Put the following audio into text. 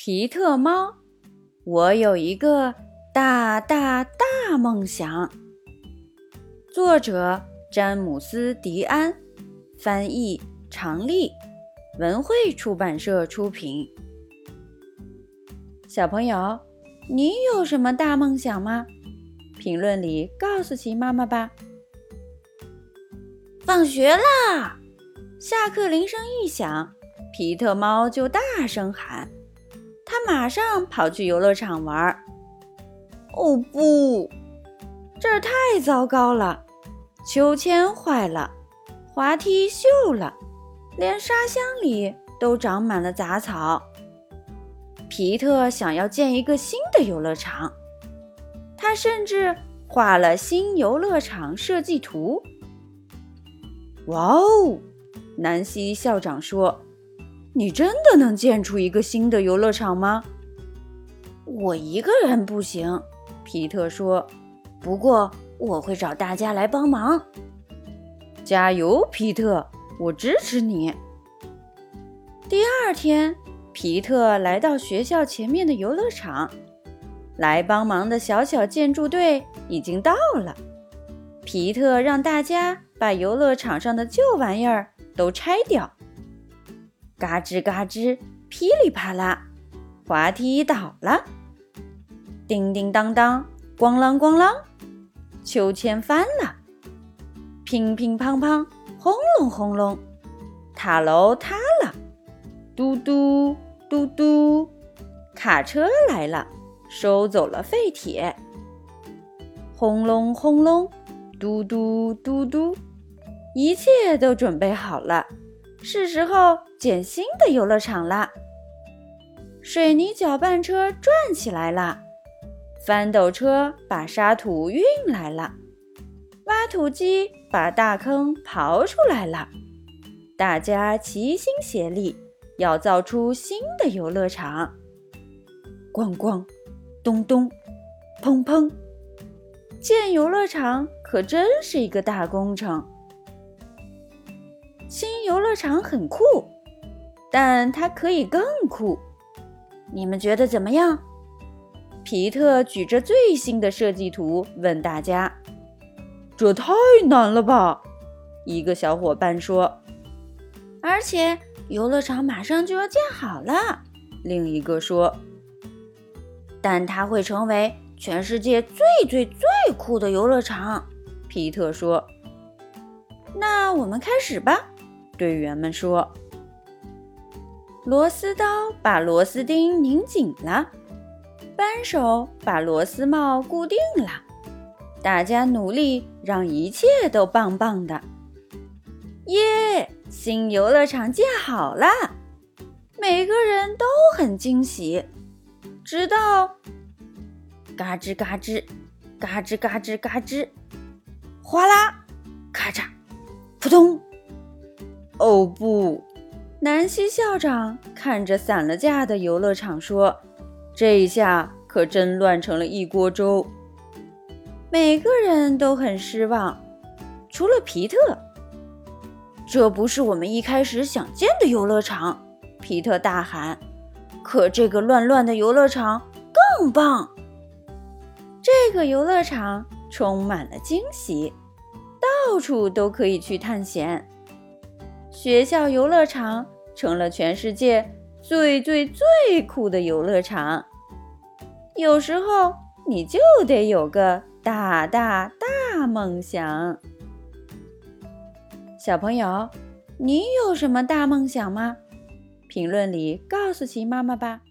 皮特猫，我有一个大大大梦想。作者詹姆斯·迪安，翻译常丽，文汇出版社出品。小朋友，你有什么大梦想吗？评论里告诉奇妈妈吧。放学啦！下课铃声一响，皮特猫就大声喊，他马上跑去游乐场玩。哦不，这儿太糟糕了，秋千坏了，滑梯锈了，连沙箱里都长满了杂草。皮特想要建一个新的游乐场，他甚至画了新游乐场设计图。哇哦！南希校长说，你真的能建出一个新的游乐场吗？我一个人不行，皮特说，不过我会找大家来帮忙。加油，皮特，我支持你。第二天，皮特来到学校前面的游乐场，来帮忙的小小建筑队已经到了。皮特让大家把游乐场上的旧玩意儿都拆掉。嘎吱嘎吱，噼里啪啦，滑梯倒了。叮叮当当，咣啷咣啷，秋千翻了。乒乒乓乓，轰隆轰隆，塔楼塌了。嘟嘟嘟嘟，卡车来了，收走了废铁。轰隆轰隆，嘟嘟嘟嘟，一切都准备好了，是时候建新的游乐场啦。水泥搅拌车转起来了，翻斗车把沙土运来了，挖土机把大坑刨出来了。大家齐心协力，要造出新的游乐场。咣咣，咚咚，砰砰，建游乐场可真是一个大工程。新游乐场很酷，但它可以更酷。你们觉得怎么样？皮特举着最新的设计图问大家。这太难了吧？一个小伙伴说。而且游乐场马上就要建好了，另一个说。但它会成为全世界最酷的游乐场，皮特说。那我们开始吧，队员们说。螺丝刀把螺丝钉拧紧了，扳手把螺丝帽固定了，大家努力让一切都棒棒的。耶！新游乐场建好了，每个人都很惊喜，直到嘎吱嘎吱，嘎吱嘎吱嘎吱，哗啦，咔嚓，扑通！哦不！南希校长看着散了架的游乐场说，这一下可真乱成了一锅粥。每个人都很失望，除了皮特。这不是我们一开始想建的游乐场，皮特大喊，可这个乱乱的游乐场更棒。这个游乐场充满了惊喜，到处都可以去探险。学校游乐场成了全世界最酷的游乐场。有时候你就得有个大梦想。小朋友，你有什么大梦想吗？评论里告诉奇妈妈吧。